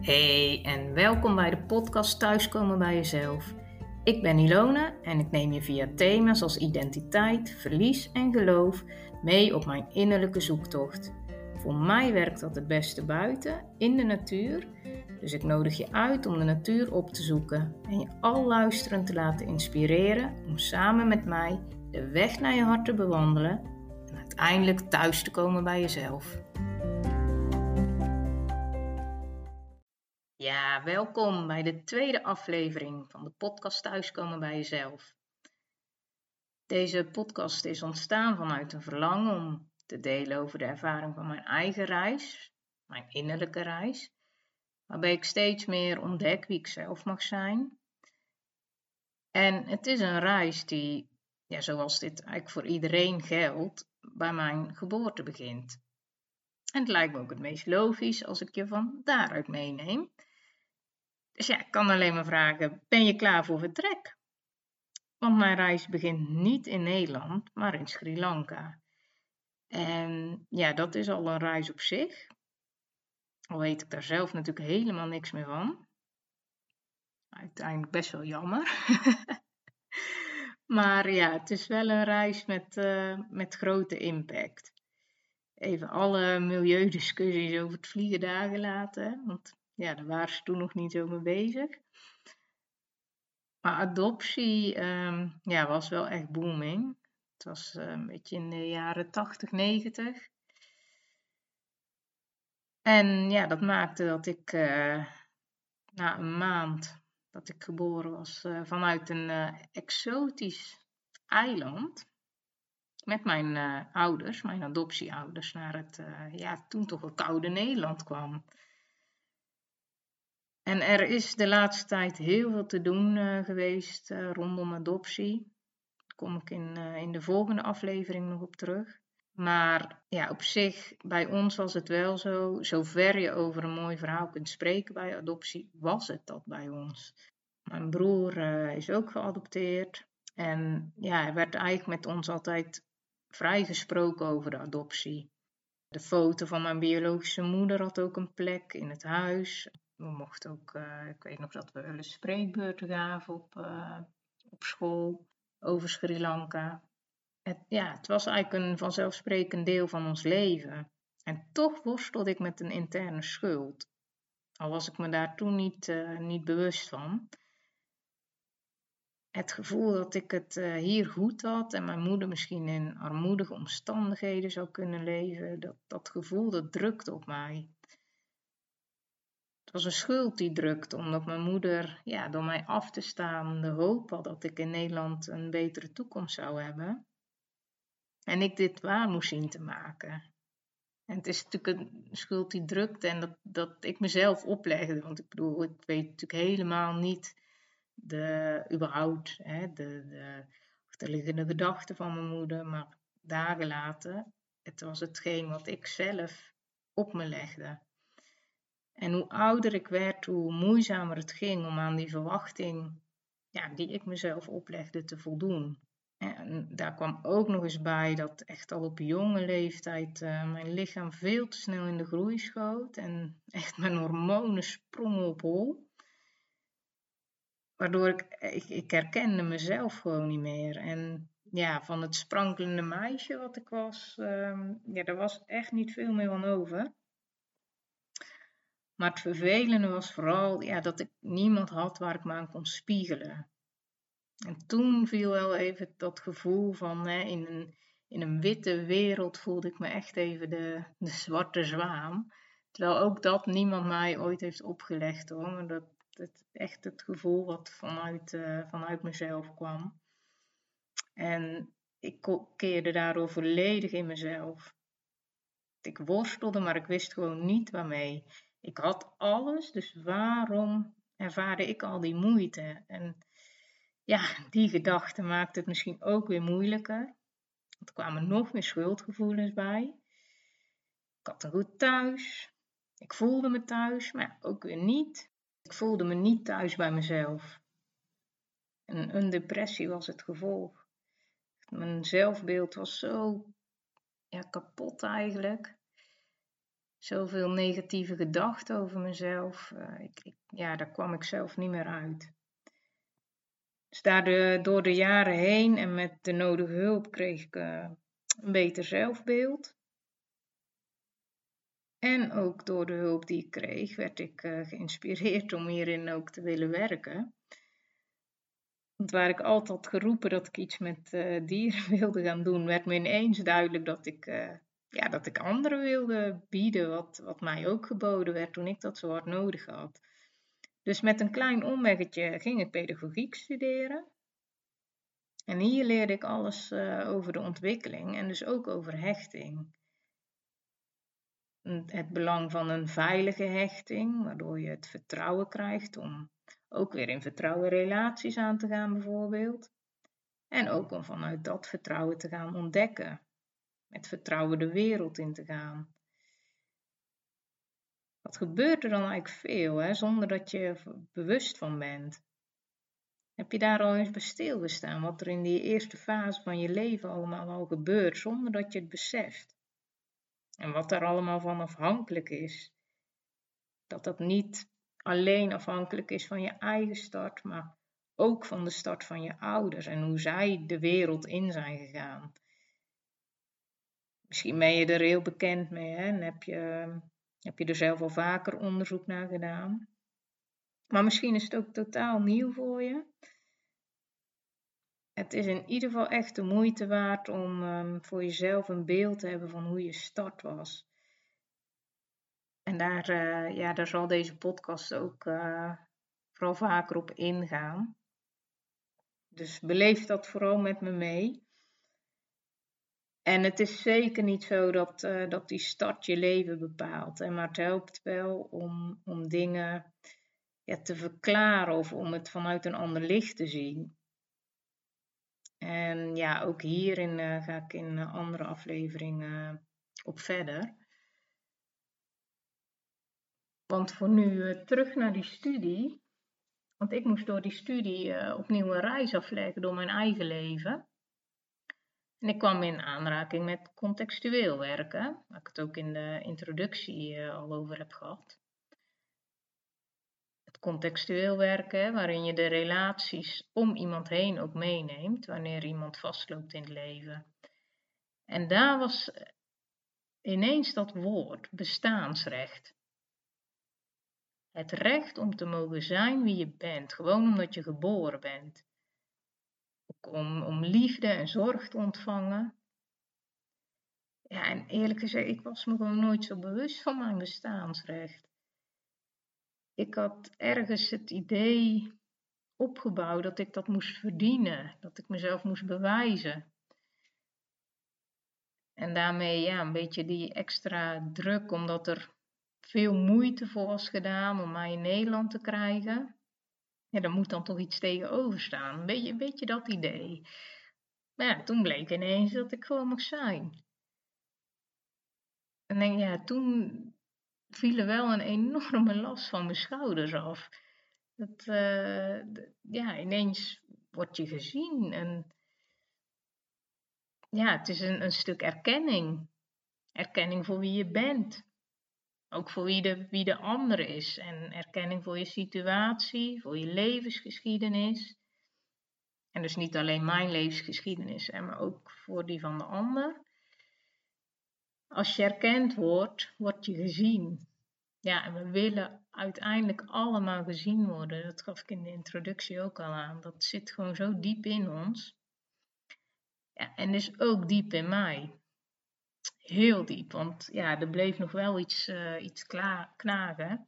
Hey en welkom bij de podcast Thuiskomen bij Jezelf. Ik ben Ilona en ik neem je via thema's als identiteit, verlies en geloof mee op mijn innerlijke zoektocht. Voor mij werkt dat het beste buiten, in de natuur. Dus ik nodig je uit om de natuur op te zoeken en je al luisterend te laten inspireren om samen met mij de weg naar je hart te bewandelen en uiteindelijk thuis te komen bij jezelf. Ja, welkom bij de tweede aflevering van de podcast Thuiskomen bij Jezelf. Deze podcast is ontstaan vanuit een verlangen om te delen over de ervaring van mijn eigen reis, mijn innerlijke reis, waarbij ik steeds meer ontdek wie ik zelf mag zijn. En het is een reis die, zoals dit eigenlijk voor iedereen geldt, bij mijn geboorte begint. En het lijkt me ook het meest logisch als ik je van daaruit meeneem. Dus ja, ik kan alleen maar vragen, ben je klaar voor vertrek? Want mijn reis begint niet in Nederland, maar in Sri Lanka. En ja, dat is al een reis op zich. Al weet ik daar zelf natuurlijk helemaal niks meer van. Uiteindelijk best wel jammer. Maar ja, het is wel een reis met grote impact. Even alle milieudiscussies over het vliegen daar gelaten. Want ja, daar waren ze toen nog niet zo mee bezig. Maar adoptie was wel echt booming. Het was een beetje in de jaren 80, 90. En ja, dat maakte dat ik na een maand dat ik geboren was vanuit een exotisch eiland met mijn ouders, mijn adoptieouders, naar het toen toch een koude Nederland kwam. En er is de laatste tijd heel veel te doen geweest rondom adoptie. Daar kom ik in de volgende aflevering nog op terug. Maar ja, op zich, bij ons was het wel zo, zover je over een mooi verhaal kunt spreken bij adoptie, was het dat bij ons. Mijn broer is ook geadopteerd. En ja, er werd eigenlijk met ons altijd vrij gesproken over de adoptie. De foto van mijn biologische moeder had ook een plek in het huis. We mochten ook, ik weet nog dat we wel eens spreekbeurten gaven op school over Sri Lanka. Het was eigenlijk een vanzelfsprekend deel van ons leven. En toch worstelde ik met een interne schuld. Al was ik me daar toen niet bewust van. Het gevoel dat ik het hier goed had en mijn moeder misschien in armoedige omstandigheden zou kunnen leven, dat gevoel dat drukte op mij. Het was een schuld die drukte, omdat mijn moeder door mij af te staan de hoop had dat ik in Nederland een betere toekomst zou hebben. En ik dit waar moest zien te maken. En het is natuurlijk een schuld die drukte en dat ik mezelf oplegde. Want ik bedoel, ik weet natuurlijk helemaal niet überhaupt de achterliggende gedachten van mijn moeder. Maar dagen later, het was hetgeen wat ik zelf op me legde. En hoe ouder ik werd, hoe moeizamer het ging om aan die verwachting die ik mezelf oplegde te voldoen. En daar kwam ook nog eens bij dat echt al op jonge leeftijd mijn lichaam veel te snel in de groei schoot. En echt mijn hormonen sprongen op hol. Waardoor ik herkende mezelf gewoon niet meer. En ja, van het sprankelende meisje wat ik was, daar was echt niet veel meer van over. Maar het vervelende was vooral dat ik niemand had waar ik me aan kon spiegelen. En toen viel wel even dat gevoel van in een witte wereld voelde ik me echt even de zwarte zwaan. Terwijl ook dat niemand mij ooit heeft opgelegd hoor. Maar dat echt het gevoel wat vanuit mezelf kwam. En ik keerde daardoor volledig in mezelf. Ik worstelde, maar ik wist gewoon niet waarmee. Ik had alles, dus waarom ervaarde ik al die moeite? En ja, die gedachte maakte het misschien ook weer moeilijker. Want er kwamen nog meer schuldgevoelens bij. Ik had een goed thuis. Ik voelde me thuis, maar ook weer niet. Ik voelde me niet thuis bij mezelf. En een depressie was het gevolg. Mijn zelfbeeld was zo kapot eigenlijk. Zoveel negatieve gedachten over mezelf. Daar kwam ik zelf niet meer uit. Dus door de jaren heen en met de nodige hulp kreeg ik een beter zelfbeeld. En ook door de hulp die ik kreeg, werd ik geïnspireerd om hierin ook te willen werken. Want waar ik altijd had geroepen dat ik iets met dieren wilde gaan doen, werd me ineens duidelijk dat ik anderen wilde bieden wat mij ook geboden werd toen ik dat zo hard nodig had. Dus met een klein omweggetje ging ik pedagogiek studeren. En hier leerde ik alles over de ontwikkeling en dus ook over hechting. Het belang van een veilige hechting, waardoor je het vertrouwen krijgt om ook weer in vertrouwen relaties aan te gaan bijvoorbeeld. En ook om vanuit dat vertrouwen te gaan ontdekken. Met vertrouwen de wereld in te gaan. Wat gebeurt er dan eigenlijk veel, hè, zonder dat je er bewust van bent? Heb je daar al eens bij stilgestaan, wat er in die eerste fase van je leven allemaal al gebeurt, zonder dat je het beseft? En wat er allemaal van afhankelijk is. Dat niet alleen afhankelijk is van je eigen start, maar ook van de start van je ouders en hoe zij de wereld in zijn gegaan. Misschien ben je er heel bekend mee, hè? En heb je er zelf al vaker onderzoek naar gedaan. Maar misschien is het ook totaal nieuw voor je. Het is in ieder geval echt de moeite waard om voor jezelf een beeld te hebben van hoe je start was. En daar zal deze podcast ook vooral vaker op ingaan. Dus beleef dat vooral met me mee. En het is zeker niet zo dat die start je leven bepaalt. Maar het helpt wel om dingen te verklaren of om het vanuit een ander licht te zien. En ja, ook hierin ga ik in andere afleveringen op verder. Want voor nu terug naar die studie. Want ik moest door die studie opnieuw een reis afleggen door mijn eigen leven. En ik kwam in aanraking met contextueel werken, waar ik het ook in de introductie al over heb gehad. Het contextueel werken, waarin je de relaties om iemand heen ook meeneemt, wanneer iemand vastloopt in het leven. En daar was ineens dat woord, bestaansrecht. Het recht om te mogen zijn wie je bent, gewoon omdat je geboren bent. Ook om liefde en zorg te ontvangen. Ja, en eerlijk gezegd, ik was me gewoon nooit zo bewust van mijn bestaansrecht. Ik had ergens het idee opgebouwd dat ik dat moest verdienen, dat ik mezelf moest bewijzen. En daarmee een beetje die extra druk, omdat er veel moeite voor was gedaan om mij in Nederland te krijgen. Ja, daar moet dan toch iets tegenover staan. Een beetje dat idee. Maar ja, toen bleek ineens dat ik gewoon mag zijn. En toen viel er wel een enorme last van mijn schouders af. Ineens word je gezien. En ja, het is een stuk erkenning. Erkenning voor wie je bent. Ook voor wie de ander is. En erkenning voor je situatie, voor je levensgeschiedenis. En dus niet alleen mijn levensgeschiedenis, maar ook voor die van de ander. Als je erkend wordt, word je gezien. Ja, en we willen uiteindelijk allemaal gezien worden. Dat gaf ik in de introductie ook al aan. Dat zit gewoon zo diep in ons. Ja, en dus ook diep in mij. Heel diep, want ja, er bleef nog wel iets knagen.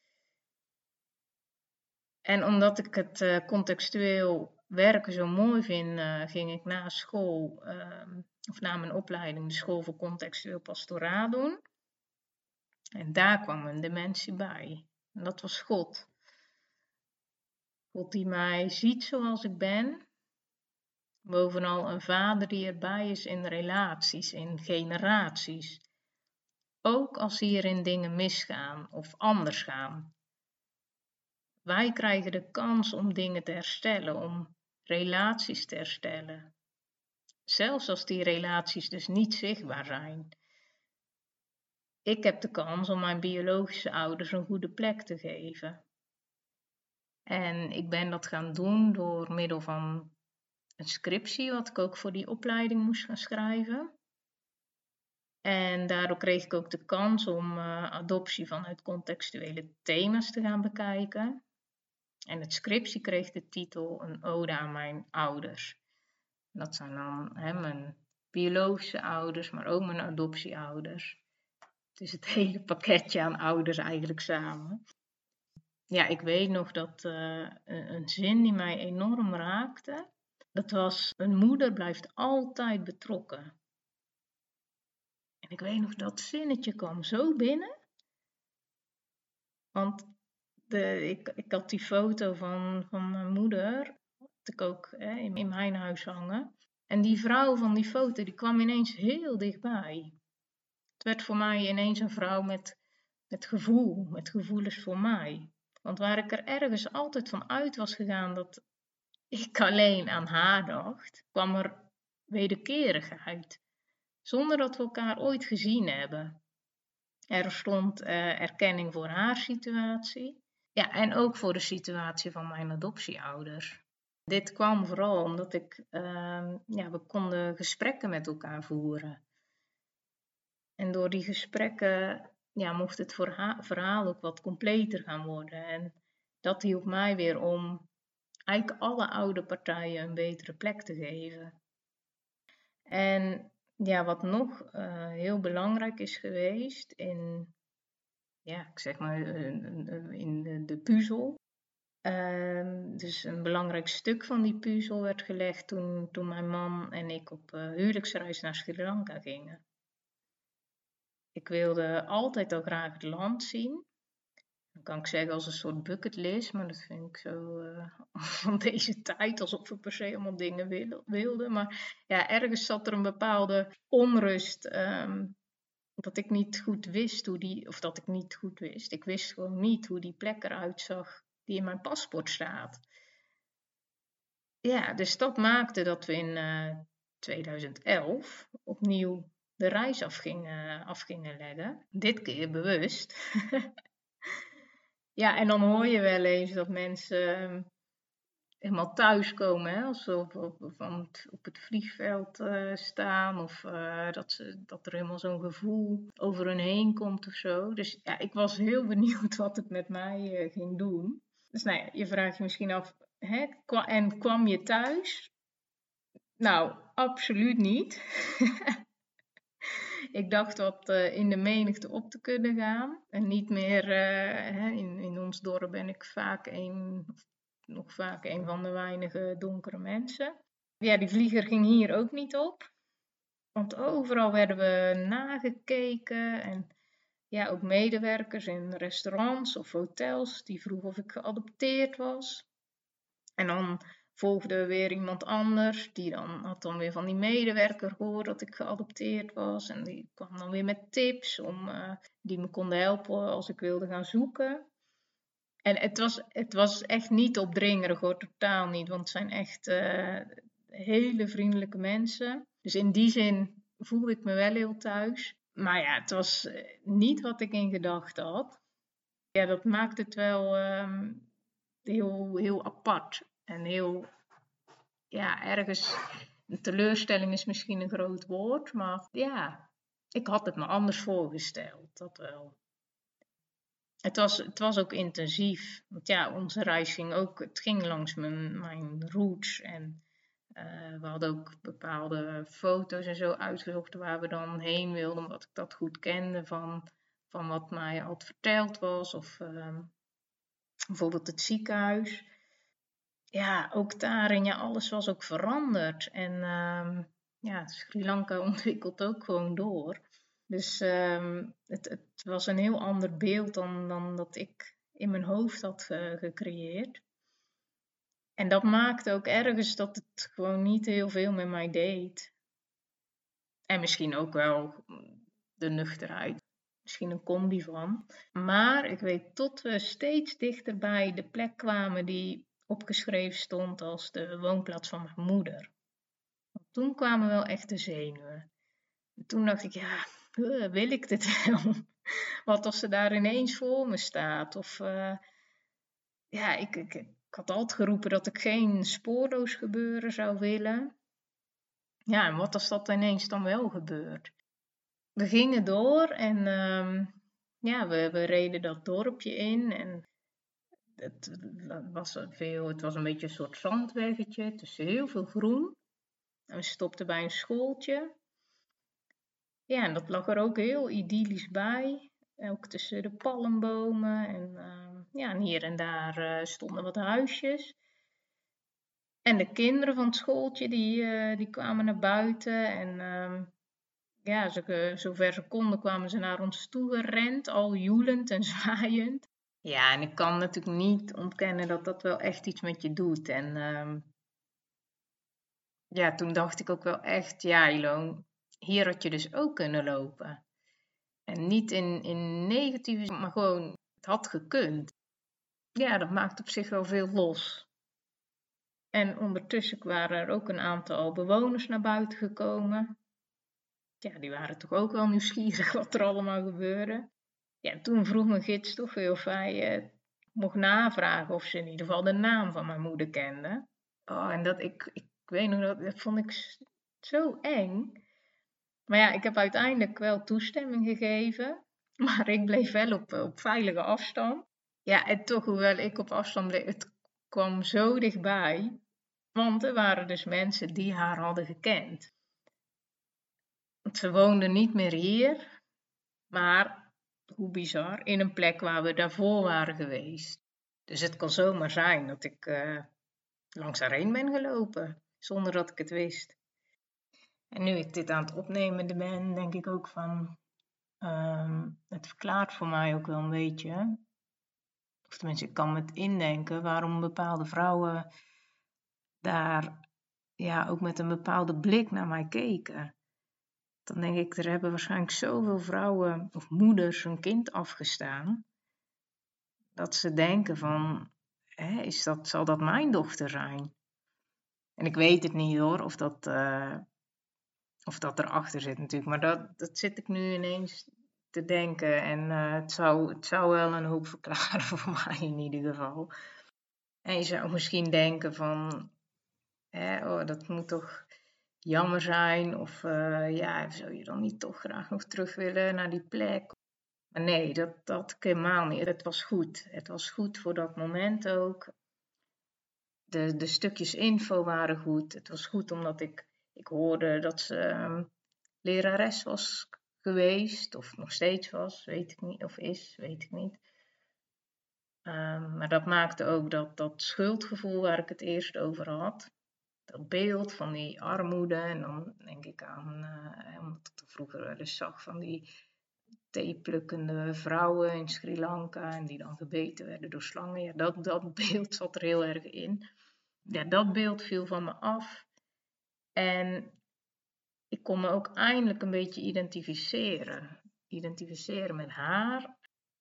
En omdat ik het contextueel werken zo mooi vind, ging ik na school, of na mijn opleiding, de school voor contextueel pastoraat doen. En daar kwam een dimensie bij. En dat was God. God die mij ziet zoals ik ben. Bovenal een vader die erbij is in relaties, in generaties. Ook als hierin dingen misgaan of anders gaan. Wij krijgen de kans om dingen te herstellen, om relaties te herstellen. Zelfs als die relaties dus niet zichtbaar zijn. ik heb de kans om mijn biologische ouders een goede plek te geven. En ik ben dat gaan doen door middel van een scriptie, wat ik ook voor die opleiding moest gaan schrijven. En daardoor kreeg ik ook de kans om adoptie vanuit contextuele thema's te gaan bekijken. En het scriptie kreeg de titel Een ode aan mijn ouders. Dat zijn dan mijn biologische ouders, maar ook mijn adoptieouders. Het is het hele pakketje aan ouders eigenlijk samen. Ja, ik weet nog dat een zin die mij enorm raakte, dat was: een moeder blijft altijd betrokken. En ik weet nog, dat zinnetje kwam zo binnen. Want ik had die foto van mijn moeder, had ik ook in mijn huis hangen. En die vrouw van die foto, die kwam ineens heel dichtbij. Het werd voor mij ineens een vrouw met gevoel, met gevoelens voor mij. Want waar ik er ergens altijd van uit was gegaan dat ik alleen aan haar dacht, kwam er wederkerigheid. Zonder dat we elkaar ooit gezien hebben. Er stond erkenning voor haar situatie. Ja, en ook voor de situatie van mijn adoptieouders. Dit kwam vooral omdat we konden gesprekken met elkaar voeren. En door die gesprekken mocht het verhaal ook wat completer gaan worden. En dat hielp mij weer om eigenlijk alle oude partijen een betere plek te geven. En wat nog heel belangrijk is geweest in de puzzel. Dus een belangrijk stuk van die puzzel werd gelegd toen mijn man en ik op huwelijksreis naar Sri Lanka gingen. Ik wilde altijd al graag het land zien. Dan kan ik zeggen als een soort bucketlist, maar dat vind ik zo van deze tijd, alsof we per se allemaal dingen wilden. Maar ja, ergens zat er een bepaalde onrust, dat ik niet goed wist ik wist gewoon niet hoe die plek eruit zag die in mijn paspoort staat. Ja, dus dat maakte dat we in 2011 opnieuw de reis af gingen leggen. Dit keer bewust. Ja, en dan hoor je wel eens dat mensen helemaal thuiskomen, hè, als ze op het vliegveld staan. Of dat er helemaal zo'n gevoel over hun heen komt of zo. Dus ja, ik was heel benieuwd wat het met mij ging doen. Dus nou ja, je vraagt je misschien af, kwam je thuis? Nou, absoluut niet. Ik dacht wat in de menigte op te kunnen gaan. En niet meer, in ons dorp ben ik nog vaak een van de weinige donkere mensen. Ja, die vlieger ging hier ook niet op. Want overal werden we nagekeken. En ja, ook medewerkers in restaurants of hotels die vroegen of ik geadopteerd was. En dan volgde weer iemand anders, die had dan weer van die medewerker gehoord dat ik geadopteerd was. En die kwam dan weer met tips die me konden helpen als ik wilde gaan zoeken. En het was echt niet opdringerig hoor, totaal niet. Want het zijn echt hele vriendelijke mensen. Dus in die zin voelde ik me wel heel thuis. Maar ja, het was niet wat ik in gedachten had. Ja, dat maakt het wel heel, heel apart. En heel, ergens, een teleurstelling is misschien een groot woord, maar ja, ik had het me anders voorgesteld, dat wel. Het was ook intensief, want ja, onze reis ging langs mijn roots en we hadden ook bepaalde foto's en zo uitgezocht waar we dan heen wilden, omdat ik dat goed kende van wat mij al verteld was, of bijvoorbeeld het ziekenhuis. Ja, ook daarin, alles was ook veranderd. En Sri Lanka ontwikkelt ook gewoon door. Dus het was een heel ander beeld dan dat ik in mijn hoofd had gecreëerd. En dat maakte ook ergens dat het gewoon niet heel veel met mij deed. En misschien ook wel de nuchterheid. Misschien een combi van. Maar ik weet tot we steeds dichter bij de plek kwamen die opgeschreven stond als de woonplaats van mijn moeder. Want toen kwamen wel echt de zenuwen. En toen dacht ik, wil ik dit wel? Wat als ze daar ineens voor me staat? Of ja, ik had altijd geroepen dat ik geen spoorloos gebeuren zou willen. Ja, en wat als dat ineens dan wel gebeurt? We gingen door en ja, we reden dat dorpje in en het het was een beetje een soort zandweggetje tussen heel veel groen. En we stopten bij een schooltje. Ja, en dat lag er ook heel idyllisch bij. Ook tussen de palmbomen ja, en hier en daar stonden wat huisjes. En de kinderen van het schooltje die kwamen naar buiten en ja, zover ze konden kwamen ze naar ons toe gerend, al joelend en zwaaiend. Ja, en ik kan natuurlijk niet ontkennen dat dat wel echt iets met je doet. En ja, toen dacht ik ook wel echt, ja Ilon, hier had je dus ook kunnen lopen. En niet in negatieve zin, maar gewoon, het had gekund. Ja, dat maakt op zich wel veel los. En ondertussen waren er ook een aantal bewoners naar buiten gekomen. Ja, die waren toch ook wel nieuwsgierig wat er allemaal gebeurde. Ja, toen vroeg mijn gids toch weer of hij mocht navragen of ze in ieder geval de naam van mijn moeder kende. Oh, en ik weet nog, dat vond ik zo eng. Maar ja, ik heb uiteindelijk wel toestemming gegeven. Maar ik bleef wel op veilige afstand. Ja, en toch, hoewel ik op afstand bleef, het kwam zo dichtbij. Want er waren dus mensen die haar hadden gekend. Want ze woonde niet meer hier, maar, hoe bizar, in een plek waar we daarvoor waren geweest. Dus het kan zomaar zijn dat ik langs haar heen ben gelopen, zonder dat ik het wist. En nu ik dit aan het opnemen ben, denk ik ook van, het verklaart voor mij ook wel een beetje, of tenminste, ik kan me het indenken, waarom bepaalde vrouwen daar ja, ook met een bepaalde blik naar mij keken. Dan denk ik, er hebben waarschijnlijk zoveel vrouwen of moeders hun kind afgestaan, dat ze denken van, hè, zal dat mijn dochter zijn? En ik weet het niet hoor, of dat erachter zit natuurlijk, maar dat zit ik nu ineens te denken. En het zou wel een hoop verklaren voor mij in ieder geval. En je zou misschien denken van, hè, oh, dat moet toch jammer zijn, of ja, zou je dan niet toch graag nog terug willen naar die plek? Maar nee, dat helemaal niet. Het was goed. Het was goed voor dat moment ook. De stukjes info waren goed. Het was goed omdat ik hoorde dat ze lerares was geweest, of nog steeds was, weet ik niet, of is, weet ik niet. Maar dat maakte ook dat schuldgevoel waar ik het eerst over had, dat beeld van die armoede, en dan denk ik aan, omdat ik vroeger wel eens zag van die theeplukkende vrouwen in Sri Lanka en die dan gebeten werden door slangen. Ja, dat beeld zat er heel erg in. Ja, dat beeld viel van me af. En ik kon me ook eindelijk een beetje identificeren. Identificeren met haar.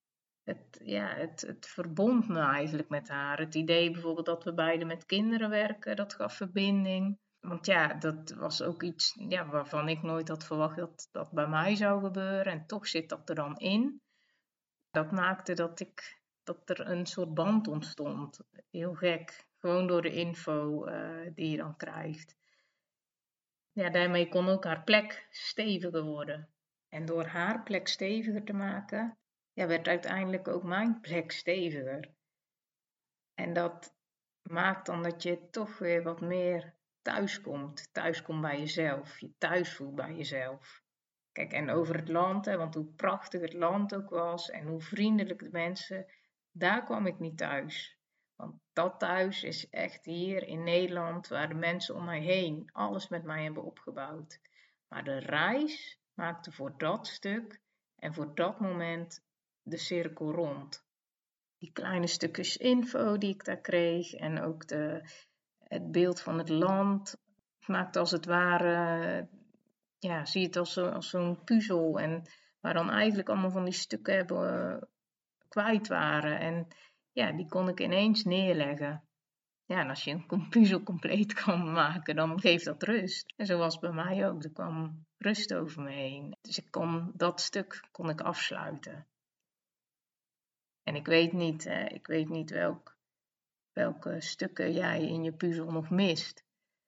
Het verbond me eigenlijk met haar. Het idee bijvoorbeeld dat we beide met kinderen werken, dat gaf verbinding. Want ja, dat was ook iets ja, waarvan ik nooit had verwacht dat dat bij mij zou gebeuren. En toch zit dat er dan in. Dat maakte dat er een soort band ontstond. Heel gek. Gewoon door de info die je dan krijgt. Ja, daarmee kon ook haar plek steviger worden. En door haar plek steviger te maken, ja, werd uiteindelijk ook mijn plek steviger. En dat maakt dan dat je toch weer wat meer thuiskomt. Thuiskomt bij jezelf. Je thuis voelt bij jezelf. Kijk, en over het land, hè, want hoe prachtig het land ook was en hoe vriendelijk de mensen, daar kwam ik niet thuis. Want dat thuis is echt hier in Nederland, waar de mensen om mij heen alles met mij hebben opgebouwd. Maar de reis maakte voor dat stuk en voor dat moment de cirkel rond. Die kleine stukjes info die ik daar kreeg en ook het beeld van het land maakte als het ware, ja, zie het als zo'n puzzel. En waar dan eigenlijk allemaal van die stukken kwijt waren. En ja, die kon ik ineens neerleggen. Ja, en als je een puzzel compleet kan maken, dan geeft dat rust. En zo was het bij mij ook. Er kwam rust over me heen. Dus dat stuk kon ik afsluiten. En ik weet niet welke stukken jij in je puzzel nog mist.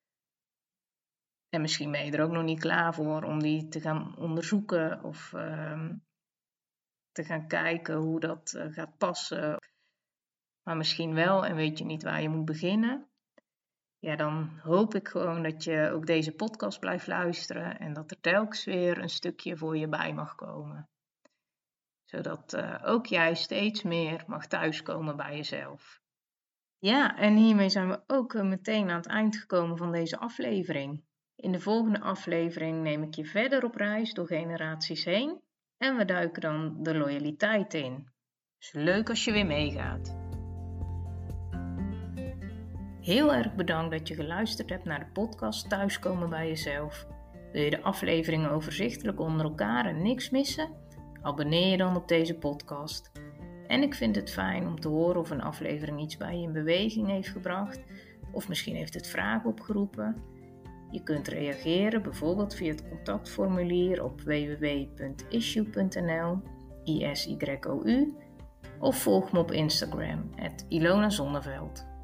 En misschien ben je er ook nog niet klaar voor om die te gaan onderzoeken of te gaan kijken hoe dat gaat passen. Maar misschien wel en weet je niet waar je moet beginnen. Ja, dan hoop ik gewoon dat je ook deze podcast blijft luisteren en dat er telkens weer een stukje voor je bij mag komen. Zodat ook jij steeds meer mag thuiskomen bij jezelf. Ja, en hiermee zijn we ook meteen aan het eind gekomen van deze aflevering. In de volgende aflevering neem ik je verder op reis door generaties heen en we duiken dan de loyaliteit in. Dus leuk als je weer meegaat. Heel erg bedankt dat je geluisterd hebt naar de podcast Thuiskomen bij jezelf. Wil je de afleveringen overzichtelijk onder elkaar en niks missen? Abonneer je dan op deze podcast. En ik vind het fijn om te horen of een aflevering iets bij je in beweging heeft gebracht. Of misschien heeft het vragen opgeroepen. Je kunt reageren bijvoorbeeld via het contactformulier op www.issuu.nl ISYOU of volg me op Instagram @IlonaZonneveld.